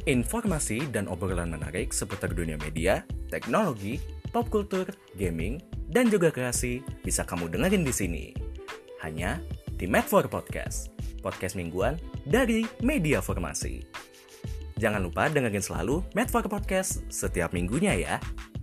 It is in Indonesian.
Informasi dan obrolan menarik seputar dunia media, teknologi, pop culture, gaming, dan juga kreasi bisa kamu dengerin di sini. Hanya di Made4 Podcast, podcast mingguan dari Media Formasi. Jangan lupa dengerin selalu Made4 Podcast setiap minggunya ya.